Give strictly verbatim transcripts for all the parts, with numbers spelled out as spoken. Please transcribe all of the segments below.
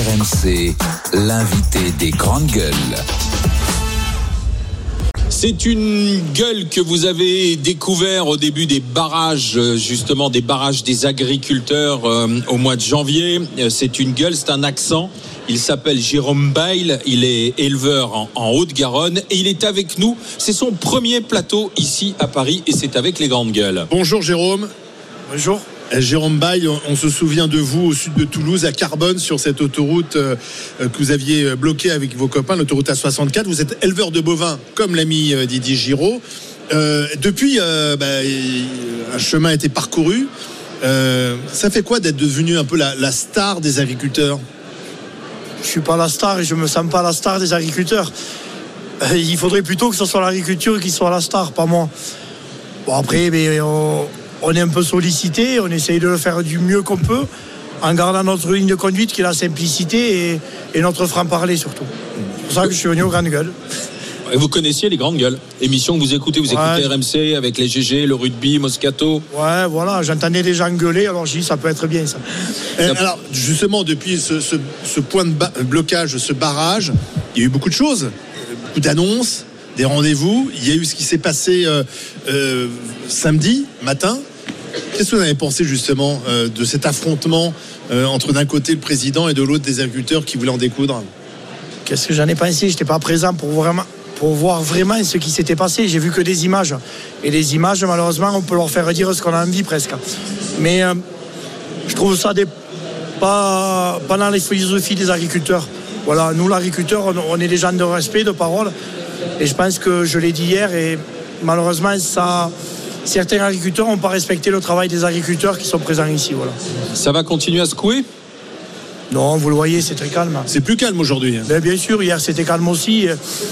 R M C, l'invité des grandes gueules. C'est une gueule que vous avez découvert au début des barrages, justement des barrages des agriculteurs euh, au mois de janvier. C'est une gueule, c'est un accent. Il s'appelle Jérôme Bail, il est éleveur en, en Haute-Garonne et il est avec nous. C'est son premier plateau ici à Paris et c'est avec les grandes gueules. Bonjour Jérôme. Bonjour. Jérôme Bail, on se souvient de vous au sud de Toulouse, à Carbone, sur cette autoroute euh, que vous aviez bloquée avec vos copains, l'autoroute A soixante-quatre. Vous êtes éleveur de bovins, comme l'ami euh, Didier Giraud. Euh, depuis, euh, bah, un chemin a été parcouru. Euh, ça fait quoi d'être devenu un peu la, la star des agriculteurs ? Je suis pas la star et je me sens pas la star des agriculteurs. Euh, il faudrait plutôt que ce soit l'agriculture qui soit la star, pas moi. Bon après, mais on... On est un peu sollicité, on essaye de le faire du mieux qu'on peut, en gardant notre ligne de conduite qui est la simplicité et, et notre franc-parler surtout. C'est pour ça que je suis venu aux grandes gueules. Et vous connaissiez les grandes gueules, émission que vous écoutez, vous ouais. écoutez R M C avec les G G, le rugby, Moscato. Ouais, voilà, j'entendais des gens gueuler, alors je dis ça peut être bien ça. Et alors justement, depuis ce, ce, ce point de ba- blocage, ce barrage, il y a eu beaucoup de choses, beaucoup d'annonces, des rendez-vous. Il y a eu ce qui s'est passé euh, euh, samedi matin. Qu'est-ce que vous avez pensé justement euh, de cet affrontement euh, entre d'un côté le président et de l'autre des agriculteurs qui voulaient en découdre ? Qu'est-ce que j'en ai pensé ? Je n'étais pas présent pour, vraiment, pour voir vraiment ce qui s'était passé. J'ai vu que des images. Et les images, malheureusement, on peut leur faire dire ce qu'on a envie presque. Mais euh, je trouve ça des, pas, pas dans les philosophies des agriculteurs. Voilà, nous, l'agriculteur, on, on est des gens de respect, de parole. Et je pense que je l'ai dit hier. Et malheureusement, ça... certains agriculteurs n'ont pas respecté le travail des agriculteurs qui sont présents ici. Voilà. Ça va continuer à secouer ? Non, vous le voyez, c'est très calme. C'est plus calme aujourd'hui. Mais bien sûr, hier c'était calme aussi.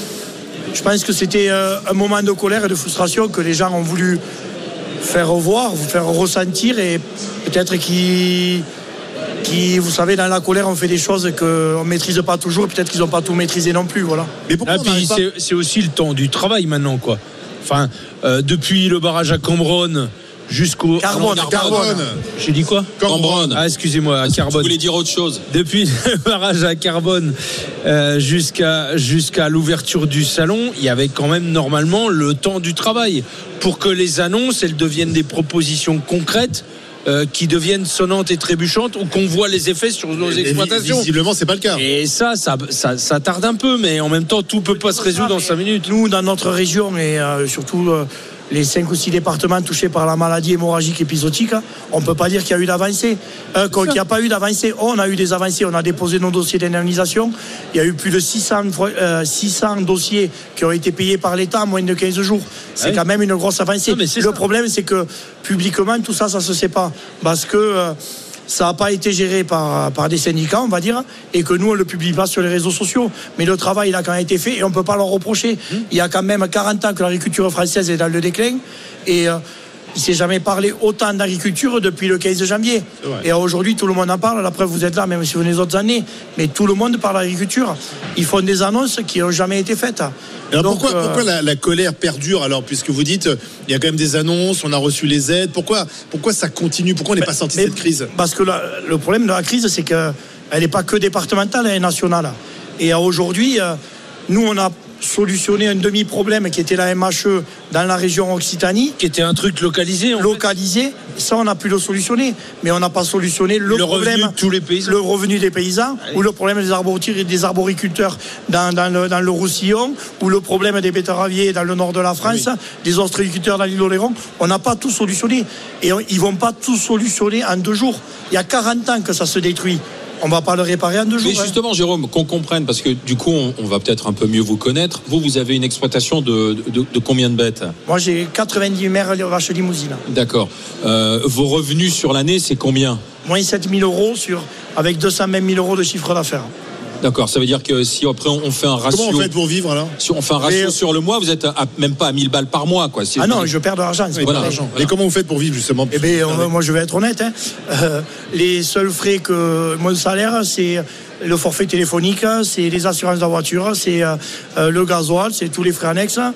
Je pense que c'était un moment de colère et de frustration que les gens ont voulu faire voir, vous faire ressentir et peut-être qu'ils, qui, vous savez, dans la colère, on fait des choses qu'on ne maîtrise pas toujours et peut-être qu'ils n'ont pas tout maîtrisé non plus. Voilà. Mais pourquoi ah, puis pas... c'est, c'est aussi le temps du travail maintenant, quoi. Enfin, euh, depuis le barrage à Cambronne jusqu'au... Carbone, non, Carbone. Carbone. J'ai dit quoi ? Cambronne. Ah, excusez-moi, à Carbone. Vous voulez dire autre chose ? Depuis le barrage à Carbone euh, jusqu'à, jusqu'à l'ouverture du salon, il y avait quand même normalement le temps du travail pour que les annonces, elles deviennent des propositions concrètes. Euh, qui deviennent sonnantes et trébuchantes ou qu'on voit les effets sur nos et exploitations. Visiblement, c'est pas le cas. Et ça, ça, ça, ça tarde un peu, mais en même temps, tout peut pas se résoudre en cinq minutes. Nous, dans notre région et euh, surtout euh, les cinq ou six départements touchés par la maladie hémorragique épisodique, on ne peut pas dire qu'il y a eu d'avancée. Euh, qu'il n'y a pas eu d'avancée. Oh, on a eu des avancées. On a déposé nos dossiers d'indemnisation. Il y a eu plus de six cents, euh, six cents dossiers qui ont été payés par l'État en moins de quinze jours. C'est ouais. quand même une grosse avancée. Non, le ça. problème, c'est que publiquement, tout ça, ça ne se sait pas. Parce que euh, ça n'a pas été géré par, par des syndicats, on va dire, et que nous, on ne le publie pas sur les réseaux sociaux. Mais le travail, il a quand même été fait et on ne peut pas leur reprocher. Mmh. Il y a quand même quarante ans que l'agriculture française est dans le déclin. Et euh, il ne s'est jamais parlé autant d'agriculture depuis le quinze janvier. Et aujourd'hui, tout le monde en parle. La preuve, vous êtes là, même si vous venez les autres années. Mais tout le monde parle d'agriculture. Ils font des annonces qui n'ont jamais été faites. Alors Donc, pourquoi, euh... pourquoi la, la colère perdure alors, puisque vous dites il y a quand même des annonces, on a reçu les aides, pourquoi, pourquoi ça continue, pourquoi on n'est pas sorti de cette crise ? Parce que la, le problème de la crise, c'est qu'elle n'est pas que départementale, elle est nationale. Et aujourd'hui, euh, nous on a solutionné un demi-problème qui était la M H E dans la région Occitanie, qui était un truc localisé en localisé fait. Ça on a pu le solutionner, mais on n'a pas solutionné le, le problème revenu de tous les paysans. le revenu des paysans Allez. ou le problème des, arboriculteurs, des arboriculteurs dans, dans, le, dans le Roussillon, ou le problème des betteraviers dans le nord de la France, oui. des ostréiculteurs dans l'île d'Oléron. On n'a pas tout solutionné et on, ils ne vont pas tout solutionner en deux jours. Il y a quarante ans que ça se détruit. On ne va pas le réparer en deux jours. Mais justement, hein. Jérôme, qu'on comprenne, parce que du coup, on, on va peut-être un peu mieux vous connaître. Vous, vous avez une exploitation de, de, de combien de bêtes ? Moi, j'ai quatre-vingt-dix mères de vaches limousines. D'accord. Euh, vos revenus sur l'année, c'est combien ? Moins sept mille euros sur, avec deux cent vingt mille euros de chiffre d'affaires. D'accord, ça veut dire que si après on fait un ratio... Comment on fait pour vivre alors ? Si on fait un ratio mais... sur le mois, vous êtes à, même pas à mille balles par mois, quoi. Si ah non, vous... je perds de l'argent. Oui, voilà. l'argent. Voilà. Et comment vous faites pour vivre justement ? Eh bien, euh, moi je vais être honnête. Hein. Euh, les seuls frais que mon salaire, c'est le forfait téléphonique, c'est les assurances de la voiture, c'est euh, le gasoil, c'est tous les frais annexes.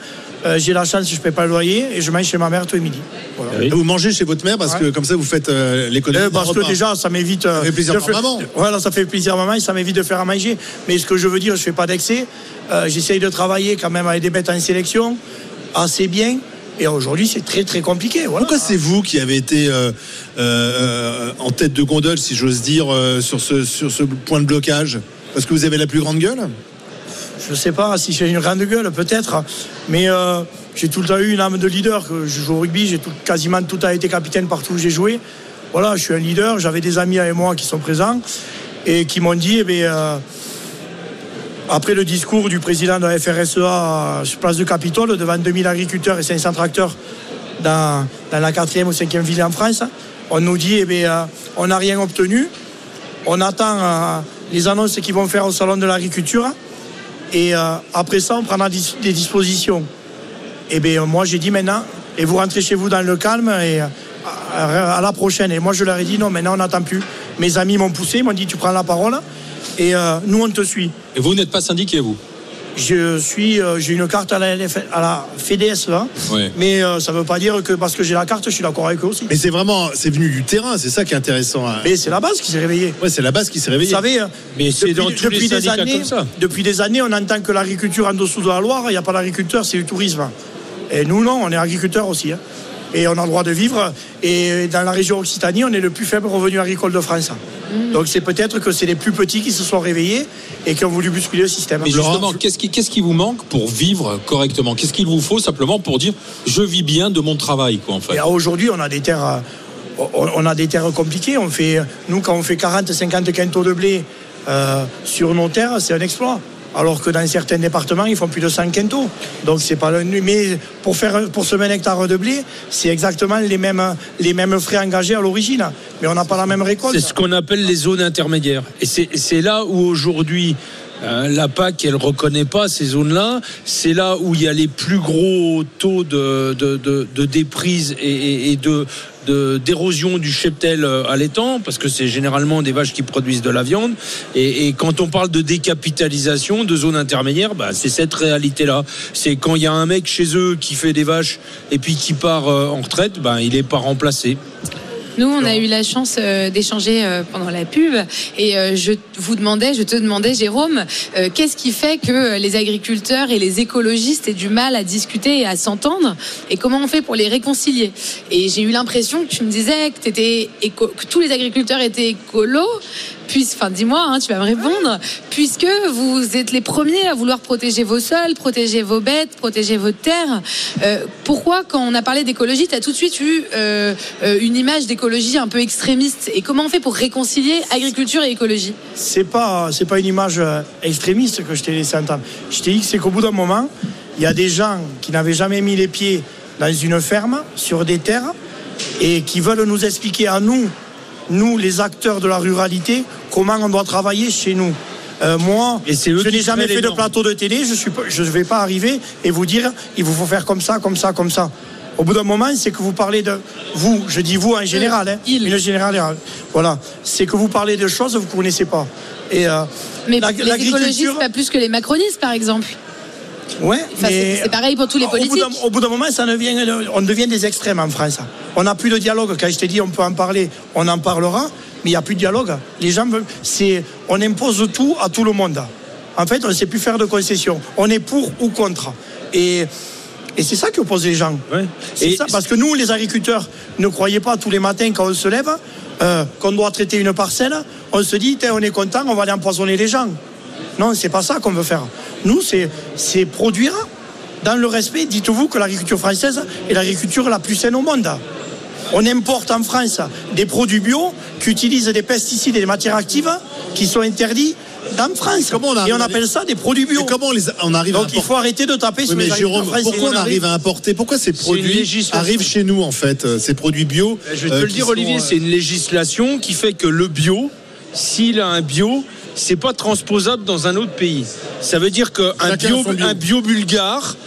Euh, j'ai la chance, je ne paie pas le loyer et je mange chez ma mère tous les midis. Voilà. Oui. Vous mangez chez votre mère parce ouais. que comme ça vous faites euh, l'économie. Euh, parce que déjà ça m'évite. Euh, ça fait plaisir pour faire, maman. Voilà, ça fait plaisir à maman et ça m'évite de faire à manger. Mais ce que je veux dire, je ne fais pas d'excès. Euh, j'essaye de travailler quand même avec des bêtes en sélection assez bien. Et aujourd'hui, c'est très très compliqué. Voilà. Pourquoi c'est vous qui avez été euh, euh, en tête de gondole, si j'ose dire, euh, sur ce sur ce point de blocage? Parce que vous avez la plus grande gueule? Je ne sais pas si j'ai une grande gueule, peut-être, mais euh, j'ai tout le temps eu une âme de leader. Je joue au rugby, j'ai tout, quasiment tout a été capitaine partout où j'ai joué. Voilà, je suis un leader. J'avais des amis avec moi qui sont présents et qui m'ont dit, eh bien, euh, après le discours du président de la F R S E A sur place de Capitole, devant deux mille agriculteurs et cinq cents tracteurs dans, dans la quatrième ou cinquième ville en France, on nous dit, eh bien, euh, on n'a rien obtenu. On attend euh, les annonces qu'ils vont faire au salon de l'agriculture. Et euh, après ça, on prendra dis- des dispositions. Et bien, moi, j'ai dit maintenant, et vous rentrez chez vous dans le calme, et euh, à, à la prochaine. Et moi, je leur ai dit, non, maintenant, on n'attend plus. Mes amis m'ont poussé, m'ont dit, tu prends la parole, et euh, nous, on te suit. Et vous n'êtes pas syndiqué, vous? Je suis, euh, j'ai une carte à la, à la F D S E A, ouais. mais euh, ça ne veut pas dire que parce que j'ai la carte, je suis d'accord avec eux aussi. Mais c'est vraiment, c'est venu du terrain, c'est ça qui est intéressant. Hein. Mais c'est la base qui s'est réveillée. Ouais, c'est la base qui s'est réveillée. Vous savez, mais c'est depuis, dans tous depuis les des syndicats années, comme ça. Depuis des années, on entend que l'agriculture en dessous de la Loire, il n'y a pas d'agriculteur, c'est du tourisme. Et nous, non, on est agriculteurs aussi. Hein. Et on a le droit de vivre. Et dans la région Occitanie, on est le plus faible revenu agricole de France. Mmh. Donc c'est peut-être que c'est les plus petits qui se sont réveillés et qui ont voulu bousculer le système. Mais justement, qu'est-ce qui, qu'est-ce qui vous manque pour vivre correctement? Qu'est-ce qu'il vous faut simplement pour dire je vis bien de mon travail, quoi, en fait? Et aujourd'hui, on a des terres, on a des terres compliquées. On fait, nous, quand on fait quarante à cinquante quintaux de blé euh, sur nos terres, c'est un exploit. Alors que dans certains départements, ils font plus de cent quintaux. Donc c'est pas le... Mais pour faire pour semer un hectare de blé, c'est exactement les mêmes les mêmes frais engagés à l'origine. Mais on n'a pas la même récolte. C'est ce qu'on appelle les zones intermédiaires. Et c'est, c'est là où aujourd'hui euh, la P A C, elle ne reconnaît pas ces zones-là. C'est là où il y a les plus gros taux de, de, de, de déprise et, et, et de De, d'érosion du cheptel allaitant, parce que c'est généralement des vaches qui produisent de la viande, et, et quand on parle de décapitalisation de zones intermédiaires, bah, c'est cette réalité-là. C'est quand il y a un mec chez eux qui fait des vaches et puis qui part en retraite, bah, il n'est pas remplacé. Nous, on a eu la chance euh, d'échanger euh, pendant la pub et euh, je vous demandais, je te demandais, Jérôme, euh, qu'est-ce qui fait que les agriculteurs et les écologistes aient du mal à discuter et à s'entendre et comment on fait pour les réconcilier? Et j'ai eu l'impression que tu me disais que, t'étais éco- que tous les agriculteurs étaient écolos. Puis, enfin, dis-moi, hein, tu vas me répondre, puisque vous êtes les premiers à vouloir protéger vos sols, protéger vos bêtes, protéger votre terre. Euh, pourquoi, quand on a parlé d'écologie, tu as tout de suite eu euh, une image d'écologie un peu extrémiste? Et comment on fait pour réconcilier agriculture et écologie? C'est pas, c'est pas une image extrémiste que je t'ai laissé entendre. Je t'ai dit que c'est qu'au bout d'un moment, il y a des gens qui n'avaient jamais mis les pieds dans une ferme, sur des terres, et qui veulent nous expliquer à nous, nous, les acteurs de la ruralité, comment on doit travailler chez nous. Euh, moi, je n'ai jamais fait de plateau de télé, je ne vais pas arriver et vous dire il vous faut faire comme ça, comme ça, comme ça. Au bout d'un moment, c'est que vous parlez de vous, je dis vous en général, hein, une générale, voilà, c'est que vous parlez de choses que vous ne connaissez pas. Et, euh, mais la, les écologistes, pas plus que les macronistes, par exemple. Ouais, enfin, mais c'est, c'est pareil pour tous les politiques. Au bout d'un, au bout d'un moment, ça devient, on devient des extrêmes en France. On n'a plus de dialogue. Quand je t'ai dit on peut en parler, on en parlera, mais il n'y a plus de dialogue. Les gens, c'est, on impose tout à tout le monde. En fait, on ne sait plus faire de concessions. On est pour ou contre. Et, et c'est ça qui oppose les gens. Ouais. C'est et ça, parce que nous, les agriculteurs, ne croyez pas tous les matins quand on se lève euh, qu'on doit traiter une parcelle, on se dit on est content, on va aller empoisonner les gens. Non, c'est pas ça qu'on veut faire. Nous, c'est, c'est produire dans le respect. Dites-vous que l'agriculture française est l'agriculture la plus saine au monde. On importe en France des produits bio qui utilisent des pesticides et des matières actives qui sont interdits en France. On et on appelle ça des produits bio. Comment on, les, on arrive Donc à il faut arrêter de taper oui, sur les agriculteurs français. Pourquoi on arrive à importer? Pourquoi ces produits arrivent chez nous, en fait, ces produits bio? Je vais te euh, le dire, Olivier, sont, euh... c'est une législation qui fait que le bio, s'il a un bio, c'est pas transposable dans un autre pays. Ça veut dire qu'un bio, bio. un bio bulgare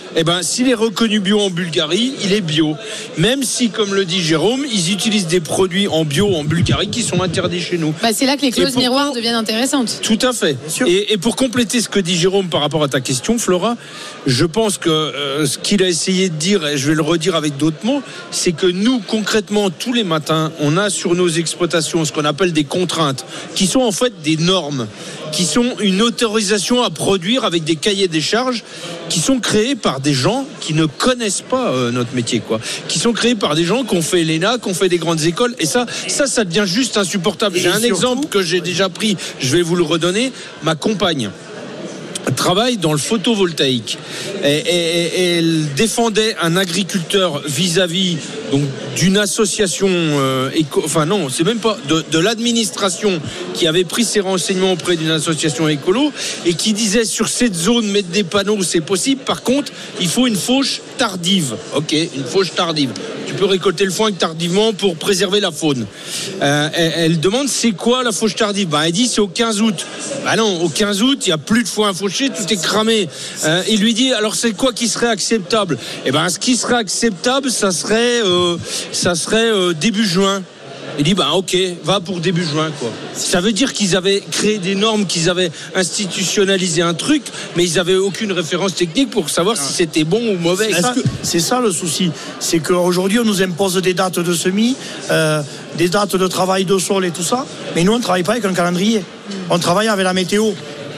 eh ben, s'il est reconnu bio en Bulgarie, il est bio. Même si, comme le dit Jérôme, ils utilisent des produits en bio en Bulgarie qui sont interdits chez nous. Bah, c'est là que les clauses pour... miroirs deviennent intéressantes. Tout à fait. Et, et pour compléter ce que dit Jérôme par rapport à ta question, Flora, je pense que euh, ce qu'il a essayé de dire, et je vais le redire avec d'autres mots, c'est que nous, concrètement, tous les matins, on a sur nos exploitations ce qu'on appelle des contraintes, qui sont en fait des normes, qui sont une autorisation à produire avec des cahiers des charges, qui sont créés par des gens qui ne connaissent pas euh, notre métier, quoi. Qui sont créés par des gens qui ont fait l'E N A, qui ont fait des grandes écoles, et ça, ça, ça devient juste insupportable. J'ai un exemple que j'ai déjà pris, je vais vous le redonner. Ma compagne travaille dans le photovoltaïque et, et, et, et elle défendait un agriculteur vis-à-vis donc d'une association euh, éco, enfin non c'est même pas de, de l'administration qui avait pris ses renseignements auprès d'une association écolo et qui disait sur cette zone mettre des panneaux c'est possible, par contre il faut une fauche tardive. Ok, une fauche tardive, tu peux récolter le foin tardivement pour préserver la faune. euh, elle, elle demande c'est quoi la fauche tardive. Bah, elle dit c'est au quinze août. Bah non, au quinze août il n'y a plus de foin fauché, tout est cramé. Euh, il lui dit alors c'est quoi qui serait acceptable. Et ben ce qui serait acceptable ça serait euh, ça serait euh, début juin. Il dit bah ok, va pour début juin quoi. Ça veut dire qu'ils avaient créé des normes, qu'ils avaient institutionnalisé un truc, mais ils n'avaient aucune référence technique pour savoir si c'était bon ou mauvais. C'est ça, que... c'est ça le souci, c'est qu'aujourd'hui on nous impose des dates de semis, euh, des dates de travail de sol et tout ça, mais nous on ne travaille pas avec un calendrier, on travaille avec la météo.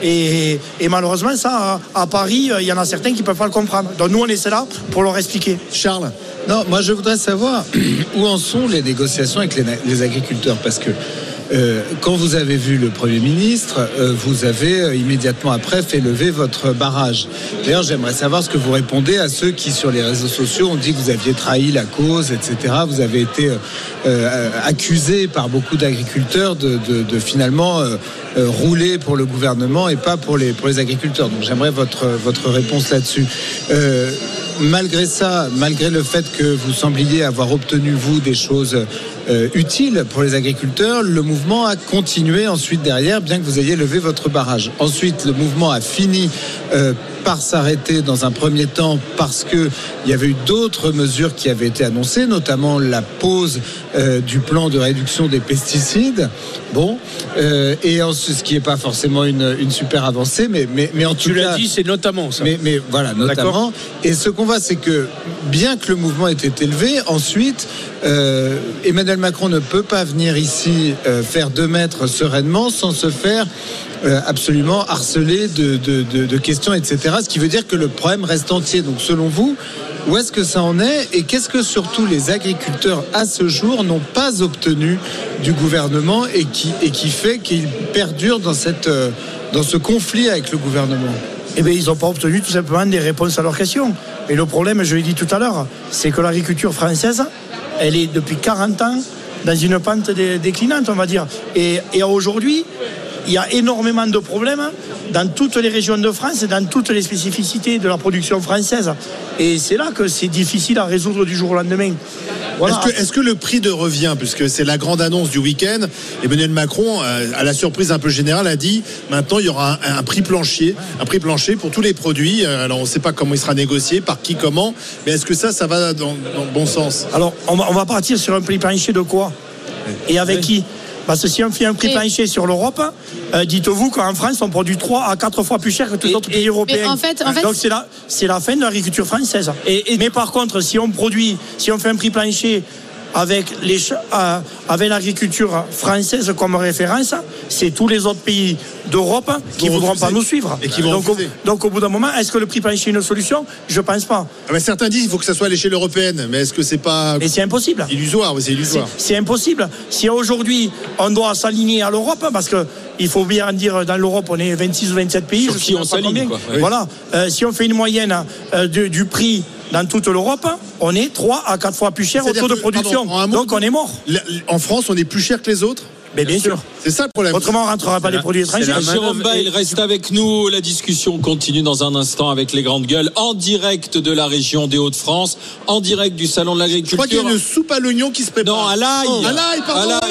Et, et malheureusement, ça, à, à Paris, il y en a certains qui ne peuvent pas le comprendre. Donc nous, on essaie là pour leur expliquer. Charles ? Non, moi je voudrais savoir où en sont les négociations avec les, les agriculteurs, parce que euh, quand vous avez vu le Premier ministre, euh, vous avez euh, immédiatement après fait lever votre barrage. D'ailleurs, j'aimerais savoir ce que vous répondez à ceux qui, sur les réseaux sociaux, ont dit que vous aviez trahi la cause, et cetera. Vous avez été euh, euh, accusé par beaucoup d'agriculteurs de, de, de finalement euh, euh, rouler pour le gouvernement et pas pour les, pour les agriculteurs. Donc j'aimerais votre, votre réponse là-dessus. Euh, Malgré ça, malgré le fait que vous sembliez avoir obtenu, vous, des choses euh, utiles pour les agriculteurs, le mouvement a continué ensuite derrière, bien que vous ayez levé votre barrage. Ensuite, le mouvement a fini euh, par s'arrêter dans un premier temps parce qu'il y avait eu d'autres mesures qui avaient été annoncées, notamment la pause euh, du plan de réduction des pesticides. Bon, euh, et ensuite, ce qui n'est pas forcément une, une super avancée, mais, mais, mais en tout tu cas... l'as dit, c'est notamment ça. Mais, mais voilà, notamment. D'accord. Et ce qu'on voit, c'est que bien que le mouvement ait été élevé, ensuite, euh, Emmanuel Macron ne peut pas venir ici euh, faire deux mètres sereinement sans se faire euh, absolument harceler de, de, de, de questions, et cetera. Ce qui veut dire que le problème reste entier. Donc, selon vous, où est-ce que ça en est et qu'est-ce que surtout les agriculteurs à ce jour n'ont pas obtenu du gouvernement et qui, et qui fait qu'ils perdurent dans, cette, euh, dans ce conflit avec le gouvernement? Eh bien, ils n'ont pas obtenu tout simplement des réponses à leurs questions. Et le problème, je l'ai dit tout à l'heure, c'est que l'agriculture française, elle est depuis quarante ans dans une pente déclinante, on va dire. Et, et aujourd'hui, il y a énormément de problèmes dans toutes les régions de France et dans toutes les spécificités de la production française. Et c'est là que c'est difficile à résoudre du jour au lendemain. Voilà. Est-ce que, est-ce que le prix de revient, puisque c'est la grande annonce du week-end, Emmanuel Macron, à la surprise un peu générale, a dit maintenant il y aura un, un prix plancher, un prix plancher pour tous les produits. Alors on ne sait pas comment il sera négocié, par qui, comment, mais est-ce que ça, ça va dans, dans le bon sens? Alors on va, on va partir sur un prix plancher de quoi? Et avec oui. qui? Parce que si on fait un prix plancher sur l'Europe, euh, dites-vous qu'en France, on produit trois à quatre fois plus cher que tous les autres pays européens. En fait, en fait, donc c'est la, c'est la fin de l'agriculture française. Et, et, mais par contre, si on produit, si on fait un prix plancher avec, les, euh, avec l'agriculture française comme référence, c'est tous les autres pays d'Europe qui ne voudront pas nous suivre. Et qui vont donc, au, donc au bout d'un moment, est-ce que le prix plancher est une solution? Je ne pense pas. Ah ben certains disent qu'il faut que ça soit à l'échelle européenne, mais est-ce que c'est pas... Mais c'est impossible. Illusoire, oui, c'est illusoire. C'est, c'est impossible. Si aujourd'hui, on doit s'aligner à l'Europe, parce que il faut bien dire, dans l'Europe, on est vingt-six ou vingt-sept pays. Sur qui on s'aligne, quoi. Oui. Voilà. Euh, si on fait une moyenne euh, du, du prix dans toute l'Europe, on est trois à quatre fois plus cher au taux de production. Pardon, donc on est mort. En France, on est plus cher que les autres? Mais bien, bien sûr. C'est ça le problème. Autrement, on ne rentrera pas les produits étrangers. Jérôme Bail reste avec nous. La discussion continue dans un instant avec les grandes gueules en direct de la région des Hauts-de-France, en direct du Salon de l'Agriculture. Je crois qu'il y a une soupe à l'oignon qui se prépare. Non, à l'ail. Oh, à l'ail, pardon. À l'ail.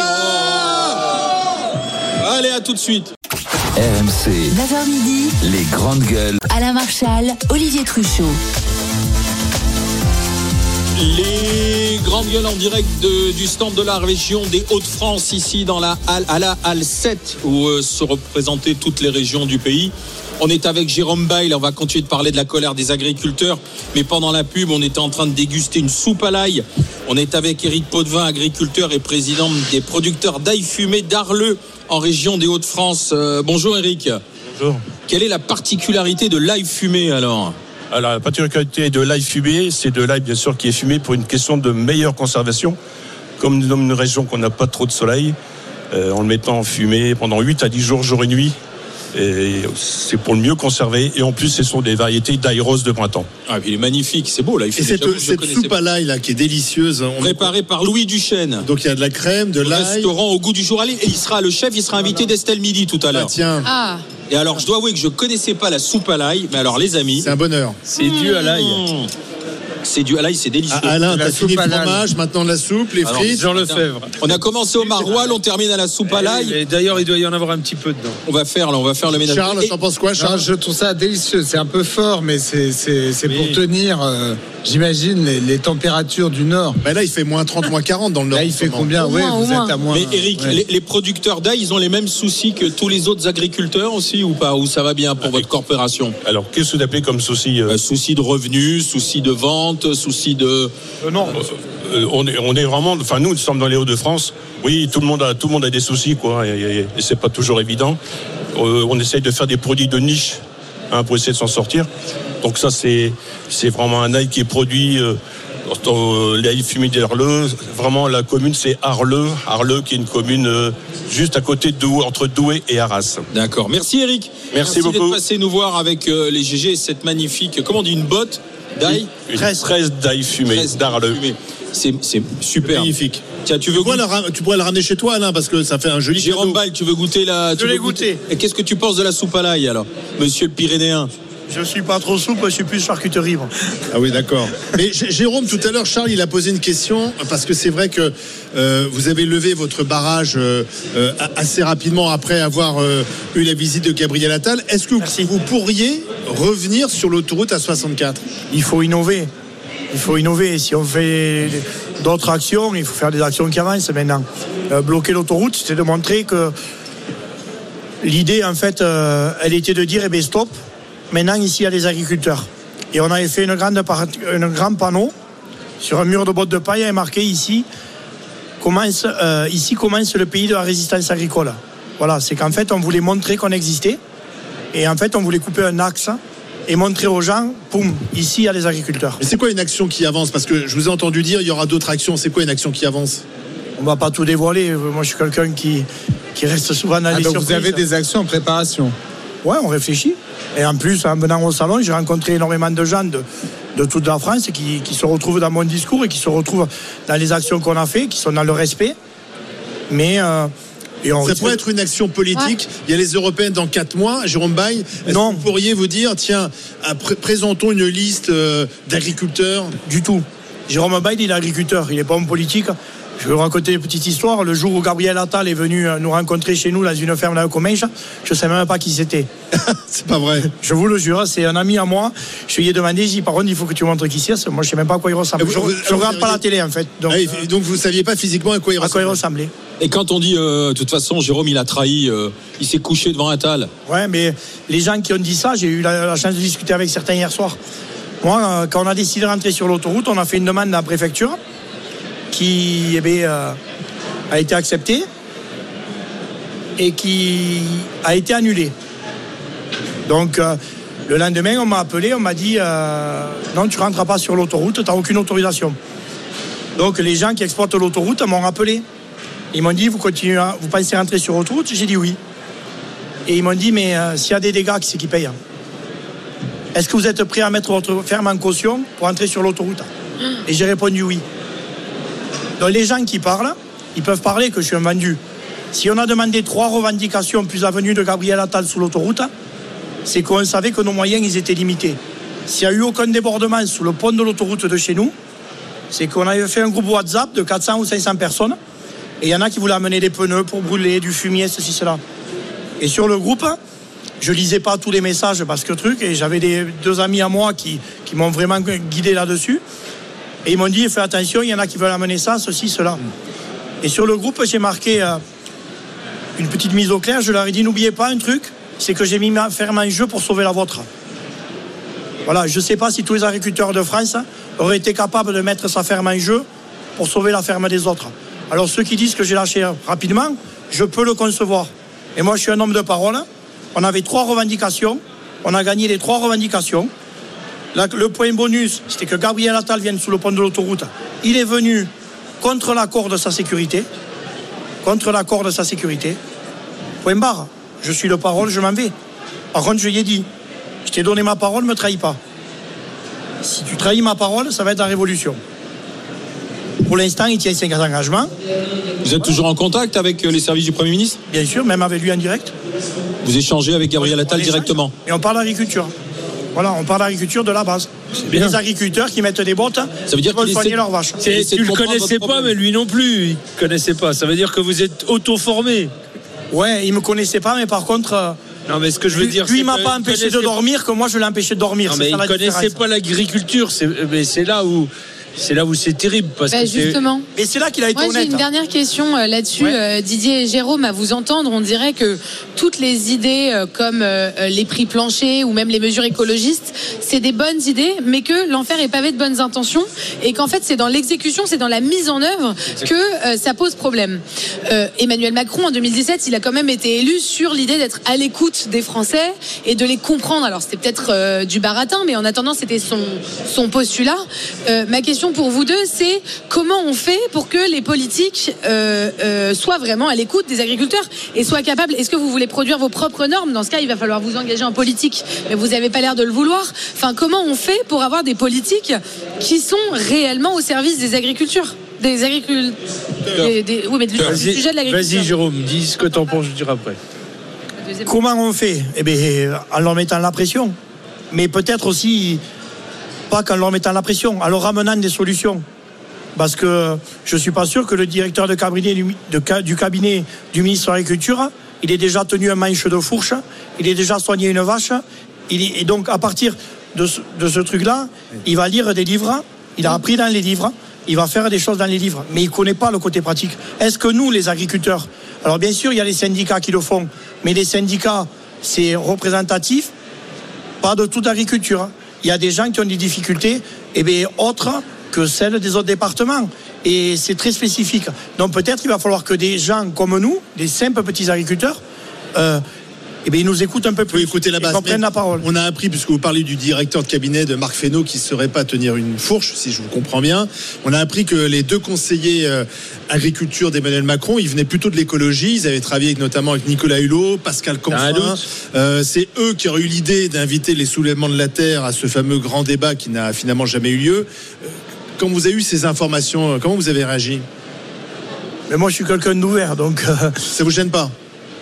Oh. Allez, à tout de suite. R M C. neuf heures midi. Les grandes gueules. Alain Marchal, Olivier Truchot. Les grandes gueules en direct de, du stand de la région des Hauts-de-France, ici dans la halle, à la halle sept, où euh, se représentaient toutes les régions du pays. On est avec Jérôme Bail, on va continuer de parler de la colère des agriculteurs, mais pendant la pub, on était en train de déguster une soupe à l'ail. On est avec Éric Potvin, agriculteur et président des producteurs d'ail fumé d'Arleux, en région des Hauts-de-France. Euh, bonjour Éric. Bonjour. Quelle est la particularité de l'ail fumé alors ? Alors, la particularité de l'ail fumé, c'est de l'ail bien sûr qui est fumé pour une question de meilleure conservation. Comme nous sommes une région qu'on n'a pas trop de soleil, euh, en le mettant en fumée pendant huit à dix jours, jour et nuit. Et c'est pour le mieux conserver. Et en plus, ce sont des variétés d'ail rose de printemps. Ah, puis il est magnifique, c'est beau là. Et cette, cette soupe à l'ail là, qui est délicieuse. On préparée par Louis Duchesne. Donc il y a de la crème, de l'ail. Restaurant au goût du jour. Allez, et il sera le chef, il sera invité d'Estelle Midi tout à l'heure. Ah, tiens. Ah. Et alors, je dois avouer que je connaissais pas la soupe à l'ail, mais alors les amis, c'est un bonheur. C'est mmh. dû à l'ail. C'est du à l'ail, c'est délicieux. Ah, Alain, t'as fini le fromage, maintenant la soupe, les alors, frites. Jean Lefebvre. On a commencé au maroilles, on termine à la soupe à l'ail. Et d'ailleurs, il doit y en avoir un petit peu dedans. On va faire, là, on va faire le ménage. Charles, t'en penses quoi, Charles ? Non, je trouve ça délicieux. C'est un peu fort, mais c'est, c'est, c'est pour tenir, euh, j'imagine, les, les températures du Nord. Bah là, il fait moins trente, moins quarante dans le Nord. Là, il fait combien ? Oui, vous moins. êtes à moins. Mais Eric, ouais. les, les producteurs d'ail, ils ont les mêmes soucis que tous les autres agriculteurs aussi ou pas ? Ou ça va bien pour votre corporation ? Alors, qu'est-ce que vous appelez comme souci euh... euh, Souci de revenus, souci de vente, souci de... Euh, non. Euh, on, est, on est vraiment... Enfin, nous, nous sommes dans les Hauts-de-France. Oui, tout le monde a, tout le monde a des soucis, quoi. Et, et, et c'est pas toujours évident. Euh, on essaye de faire des produits de niche hein, pour essayer de s'en sortir. Donc ça, c'est, c'est vraiment un ail qui est produit... Euh, l'ail fumé d'Arleux, vraiment la commune c'est Arleux, Arleux qui est une commune euh, juste à côté de Douai, entre Douai et Arras. D'accord, merci Eric. Merci, merci beaucoup d'être passé nous voir avec euh, les G G, cette magnifique, comment on dit, une botte d'ail, une tresse d'ail fumé d'Arleux. C'est, c'est super. C'est magnifique. Tiens, tu veux tu, pourrais la, tu pourrais le ramener chez toi, Alain, parce que ça fait un joli Jérôme Bail, tu veux goûter la... Je l'ai goûté. Et qu'est-ce que tu penses de la soupe à l'ail alors, monsieur le Pyrénéen ? Je suis pas trop soupe, je suis plus charcuterie. Bon. Ah oui, d'accord. Mais Jérôme, tout à l'heure, Charles, il a posé une question parce que c'est vrai que euh, vous avez levé votre barrage euh, euh, assez rapidement après avoir euh, eu la visite de Gabriel Attal. Est-ce que Merci. vous pourriez revenir sur l'autoroute A soixante-quatre ? Il faut innover. Il faut innover. Si on fait d'autres actions, il faut faire des actions qui avancent maintenant. Euh, bloquer l'autoroute, c'est de montrer que l'idée, en fait, euh, elle était de dire, eh bien, stop. Maintenant, ici, il y a les agriculteurs. Et on avait fait une grande, un grand panneau sur un mur de bottes de paille et marqué ici commence, euh, ici commence le pays de la résistance agricole. Voilà, c'est qu'en fait, on voulait montrer qu'on existait. Et en fait, on voulait couper un axe et montrer aux gens, poum, ici, il y a les agriculteurs. Mais c'est quoi une action qui avance ? Parce que je vous ai entendu dire, il y aura d'autres actions. C'est quoi une action qui avance ? On ne va pas tout dévoiler. Moi, je suis quelqu'un qui, qui reste souvent dans ah, les donc surprises. Vous avez des actions en préparation ? Ouais, on réfléchit. Et en plus, en venant au salon, j'ai rencontré énormément de gens de, de toute la France qui, qui se retrouvent dans mon discours et qui se retrouvent dans les actions qu'on a faites, qui sont dans le respect. Mais euh, et on ça pourrait être une action politique. Ouais. Il y a les européennes dans quatre mois. Jérôme Bail, est-ce non. que vous pourriez vous dire, tiens, pr- présentons une liste euh, d'agriculteurs ? Du tout. Jérôme Bail, il est agriculteur, il n'est pas homme politique. Je vais vous raconter une petite histoire. Le jour où Gabriel Attal est venu nous rencontrer chez nous dans une ferme dans le Comminges, je ne savais même pas qui c'était. C'est pas vrai. Je vous le jure, c'est un ami à moi. Je lui ai demandé, j'ai dit, par contre, il faut que tu montres qui c'est. Moi, je ne sais même pas à quoi il ressemble. Vous, je ne regarde pas dit... la télé, en fait. Donc, ah, euh... donc vous ne saviez pas physiquement à quoi il à ressemblait. Quoi il ressemblait. Et quand on dit, euh, de toute façon, Jérôme, il a trahi, euh, il s'est couché devant Attal. Ouais, mais les gens qui ont dit ça, j'ai eu la, la chance de discuter avec certains hier soir. Moi, euh, quand on a décidé de rentrer sur l'autoroute, on a fait une demande à la préfecture qui eh bien, euh, a été acceptée et qui a été annulée. Donc, euh, le lendemain, on m'a appelé, on m'a dit euh, non, tu ne rentreras pas sur l'autoroute, tu n'as aucune autorisation. Donc, les gens qui exploitent l'autoroute m'ont rappelé. Ils m'ont dit, vous continuez, à, vous pensez rentrer sur l'autoroute ? J'ai dit oui. Et ils m'ont dit, mais euh, s'il y a des dégâts, qui c'est qui paye ? Est-ce que vous êtes prêt à mettre votre ferme en caution pour entrer sur l'autoroute ? Et j'ai répondu oui. Donc les gens qui parlent, ils peuvent parler que je suis un vendu. Si on a demandé trois revendications plus la venue de Gabriel Attal sous l'autoroute, c'est qu'on savait que nos moyens ils étaient limités. S'il n'y a eu aucun débordement sous le pont de l'autoroute de chez nous, c'est qu'on avait fait un groupe WhatsApp de quatre cents ou cinq cents personnes et il y en a qui voulaient amener des pneus pour brûler, du fumier, ceci, cela. Et sur le groupe, je lisais pas tous les messages parce que truc, et j'avais des, deux amis à moi qui, qui m'ont vraiment guidé là-dessus. Et ils m'ont dit, fais attention, il y en a qui veulent amener ça, ceci, cela. Et sur le groupe, j'ai marqué euh, une petite mise au clair. Je leur ai dit, n'oubliez pas un truc, c'est que j'ai mis ma ferme en jeu pour sauver la vôtre. Voilà, je ne sais pas si tous les agriculteurs de France auraient été capables de mettre sa ferme en jeu pour sauver la ferme des autres. Alors ceux qui disent que j'ai lâché rapidement, je peux le concevoir. Et moi, je suis un homme de parole. On avait trois revendications. On a gagné les trois revendications. Là, le point bonus, c'était que Gabriel Attal vienne sous le pont de l'autoroute. Il est venu contre l'accord de sa sécurité. Contre l'accord de sa sécurité. Point barre. Je suis le parole, je m'en vais. Par contre, je lui ai dit, je t'ai donné ma parole, ne me trahis pas. Si tu trahis ma parole, ça va être la révolution. Pour l'instant, il tient ses engagements. Vous êtes toujours en contact avec les services du Premier ministre ? Bien sûr, même avec lui en direct. Vous échangez avec Gabriel Attal directement ? Et on parle d'agriculture. Voilà, on parle d'agriculture de la base. Les agriculteurs qui mettent des bottes, ça veut dire pour soigner essaie... leurs vaches. C'est, tu ne le connaissais pas, mais lui non plus, il ne connaissait pas. Ça veut dire que vous êtes auto-formé. Ouais, il ne me connaissait pas, mais par contre... Non, mais ce que je veux lui, dire, lui c'est m'a pas empêché de dormir, que moi je l'ai empêché de dormir. Non, mais il ne connaissait pas l'agriculture. C'est, mais c'est là où... C'est là où c'est terrible. Parce bah que justement. C'est... Et c'est là qu'il a été Moi, honnête. J'ai une dernière question euh, là-dessus. Ouais. Euh, Didier et Jérôme, à vous entendre, on dirait que toutes les idées euh, comme euh, les prix planchers ou même les mesures écologistes, c'est des bonnes idées, mais que l'enfer est pavé de bonnes intentions et qu'en fait, c'est dans l'exécution, c'est dans la mise en œuvre que euh, ça pose problème. Euh, Emmanuel Macron, en deux mille dix-sept, il a quand même été élu sur l'idée d'être à l'écoute des Français et de les comprendre. Alors, c'était peut-être euh, du baratin, mais en attendant, c'était son, son postulat. Euh, ma question pour vous deux, c'est comment on fait pour que les politiques euh, euh, soient vraiment à l'écoute des agriculteurs et soient capables. Est-ce que vous voulez produire vos propres normes ? Dans ce cas, il va falloir vous engager en politique, mais vous n'avez pas l'air de le vouloir. Enfin, comment on fait pour avoir des politiques qui sont réellement au service des agriculteurs ? Des agriculteurs. Des, des, oui, mais du, du sujet de l'agriculture. Vas-y, Jérôme, dis ce que tu en penses, je dirai après. Comment on fait ? Eh bien, en leur mettant la pression. Mais peut-être aussi, pas qu'en leur mettant la pression, en leur ramenant des solutions. Parce que je ne suis pas sûr que le directeur de cabinet du, de, du cabinet du ministre de l'Agriculture, il ait déjà tenu un manche de fourche, il ait déjà soigné une vache. Il est, et donc, à partir de ce, de ce truc-là, il va lire des livres, il a appris dans les livres, il va faire des choses dans les livres, mais il ne connaît pas le côté pratique. Est-ce que nous, les agriculteurs, alors bien sûr, il y a les syndicats qui le font, mais les syndicats, c'est représentatif, pas de toute l'agriculture. Il y a des gens qui ont des difficultés, et bien, autres que celles des autres départements. Et c'est très spécifique. Donc peut-être il va falloir que des gens comme nous, des simples petits agriculteurs, euh, eh bien, ils nous écoutent un peu plus. Écouter la base. Ils prennent la parole. On a appris, puisque vous parlez du directeur de cabinet de Marc Fesneau qui ne saurait pas tenir une fourche, si je vous comprends bien. On a appris que les deux conseillers euh, agriculture d'Emmanuel Macron, ils venaient plutôt de l'écologie. Ils avaient travaillé notamment avec Nicolas Hulot, Pascal Canfin. Euh, c'est eux qui auraient eu l'idée d'inviter les soulèvements de la terre à ce fameux grand débat qui n'a finalement jamais eu lieu. Euh, Quand vous avez eu ces informations, comment vous avez réagi ? Mais moi, je suis quelqu'un d'ouvert, donc... Euh, ça vous gêne pas ?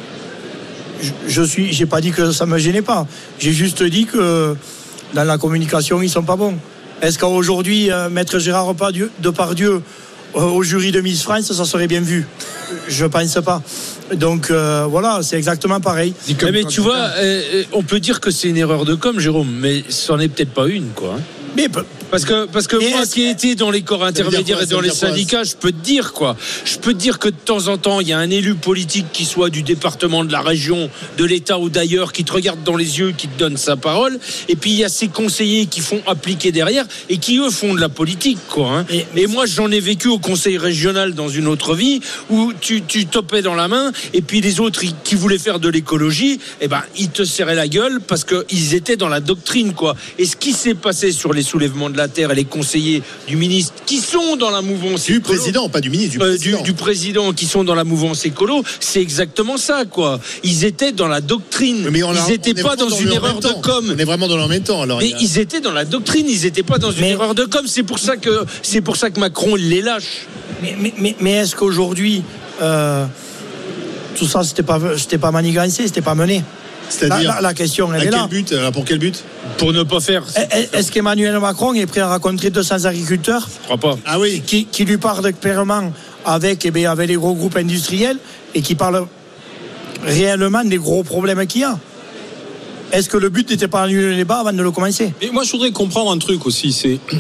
Je, je suis, j'ai pas dit que ça me gênait pas. J'ai juste dit que dans la communication, ils sont pas bons. Est-ce qu'aujourd'hui, euh, Maître Gérard Depardieu euh, au jury de Miss France, ça serait bien vu ? Je pense pas. Donc euh, voilà, c'est exactement pareil. Mais, mais tu vois, euh, on peut dire que c'est une erreur de com, Jérôme, mais c'en est peut-être pas une, quoi. Mais parce que parce que moi qui ai été dans les corps intermédiaires et dans les syndicats, je peux te dire quoi. Je peux te dire que de temps en temps, il y a un élu politique qui soit du département, de la région, de l'État ou d'ailleurs, qui te regarde dans les yeux, qui te donne sa parole. Et puis il y a ces conseillers qui font appliquer derrière et qui eux font de la politique, quoi. Hein. Et, et moi, j'en ai vécu au conseil régional dans une autre vie où tu tu topais dans la main et puis les autres qui voulaient faire de l'écologie, eh ben ils te serraient la gueule parce que ils étaient dans la doctrine, quoi. Et ce qui s'est passé sur les soulèvements de la terre et les conseillers du ministre qui sont dans la mouvance du écolo, président, pas du ministre, du Euh, président. du, du président qui sont dans la mouvance écolo, c'est exactement ça, quoi. Ils étaient dans la doctrine. Mais on a, ils n'étaient pas dans, dans une erreur de com. On est vraiment dans leur même temps. Alors, mais a... ils étaient dans la doctrine. Ils n'étaient pas dans une mais... erreur de com. C'est pour ça que c'est pour ça que Macron les lâche. Mais, mais, mais, mais est-ce qu'aujourd'hui euh, tout ça c'était pas c'était pas manigancé, c'était pas mené? C'est-à-dire, la, la, la question, elle à est quel là. But, alors pour quel but? Pour ne pas faire. Est-ce qu'Emmanuel Macron est prêt à rencontrer deux cents agriculteurs? Je crois pas. Ah oui. Qui, qui lui parlent clairement avec, eh bien, avec les gros groupes industriels et qui parlent réellement des gros problèmes qu'il y a? Est-ce que le but n'était pas d'annuler le débat avant de le commencer? Mais moi, je voudrais comprendre un truc aussi. C'est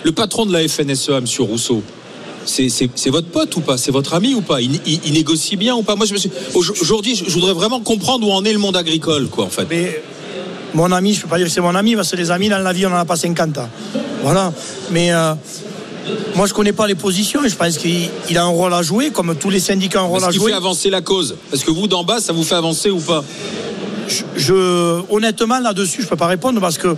Le patron de la F N S E A, M. Rousseau, c'est, c'est, c'est votre pote ou pas? C'est votre ami ou pas? il, il, il négocie bien ou pas? Moi, je me suis... aujourd'hui, je voudrais vraiment comprendre où en est le monde agricole, quoi, en fait. Mais mon ami, je ne peux pas dire que c'est mon ami, parce que les amis, dans la vie, on n'en a pas cinquante ans. Voilà. Mais euh, moi, je ne connais pas les positions. Je pense qu'il il a un rôle à jouer, comme tous les syndicats ont un rôle Est-ce à qu'il jouer. fait avancer la cause? Parce que vous, d'en bas, ça vous fait avancer ou pas? je, je, Honnêtement, là-dessus, je ne peux pas répondre, parce que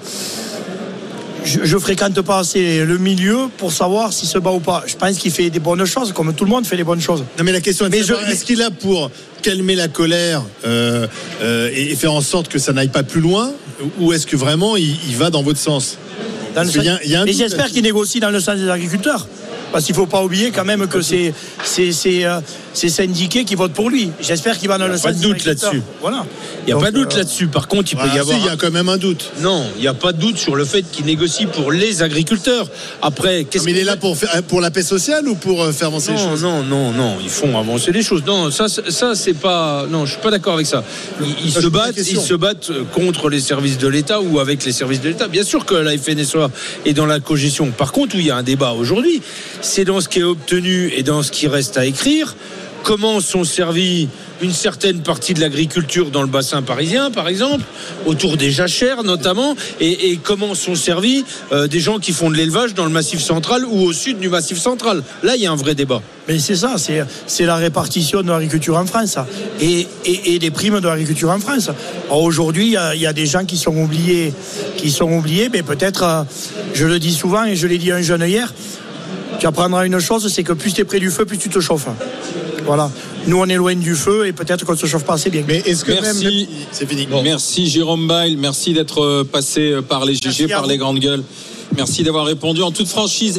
je ne fréquente pas assez le milieu pour savoir s'il se bat ou pas. Je pense qu'il fait des bonnes choses, comme tout le monde fait des bonnes choses. Non, mais la question est de Mais savoir, je- est-ce qu'il a pour calmer la colère euh, euh, et, et faire en sorte que ça n'aille pas plus loin, ou est-ce que vraiment il, il va dans votre sens? Dans le Parce qu'il y a- sens- il y a un Et doute j'espère là-dessus. qu'il négocie dans le sens des agriculteurs. Parce qu'il ne faut pas oublier quand même que c'est, c'est, c'est, euh, c'est syndiqués qui votent pour lui. J'espère qu'il va dans le sens pas de des doute agriculteurs. là-dessus. Voilà. Il n'y a Donc, pas de doute euh, là-dessus. Par contre, il peut Ah, y si, avoir. il y a quand même un doute. Non, il n'y a pas de doute sur le fait qu'il négocie pour les agriculteurs. Après, qu'est-ce Mais il est qu'on- là pour, faire, pour la paix sociale ou pour euh, faire avancer les Non, choses? non, non, non, ils font avancer les choses. Non, ça, c'est- ça c'est pas. Non, je suis pas d'accord avec ça. Ils, ils Ça, se je pose la battent, question. ils se battent contre les services de l'État ou avec les services de l'État. Bien sûr que la F N S E A est dans la cogestion. Par contre, où il y a un débat aujourd'hui, c'est dans ce qui est obtenu et dans ce qui reste à écrire. Comment sont servis une certaine partie de l'agriculture dans le bassin parisien, par exemple, autour des jachères notamment, et, et comment sont servis euh, des gens qui font de l'élevage dans le Massif central ou au sud du Massif central. Là, il y a un vrai débat. Mais c'est ça, c'est, c'est la répartition de l'agriculture en France, ça. et, et, et des primes de l'agriculture en France. Alors aujourd'hui, il y, a, il y a des gens qui sont oubliés, qui sont oubliés, mais peut-être, euh, je le dis souvent et je l'ai dit à un jeune hier, tu apprendras une chose, c'est que plus tu es près du feu, plus tu te chauffes. Voilà. Nous, on est loin du feu et peut-être qu'on ne se chauffe pas assez bien. Mais est-ce que Merci. même... C'est fini. Merci Jérôme Bail, merci d'être passé par les G G, Merci à par vous. les grandes gueules. Merci d'avoir répondu en toute franchise.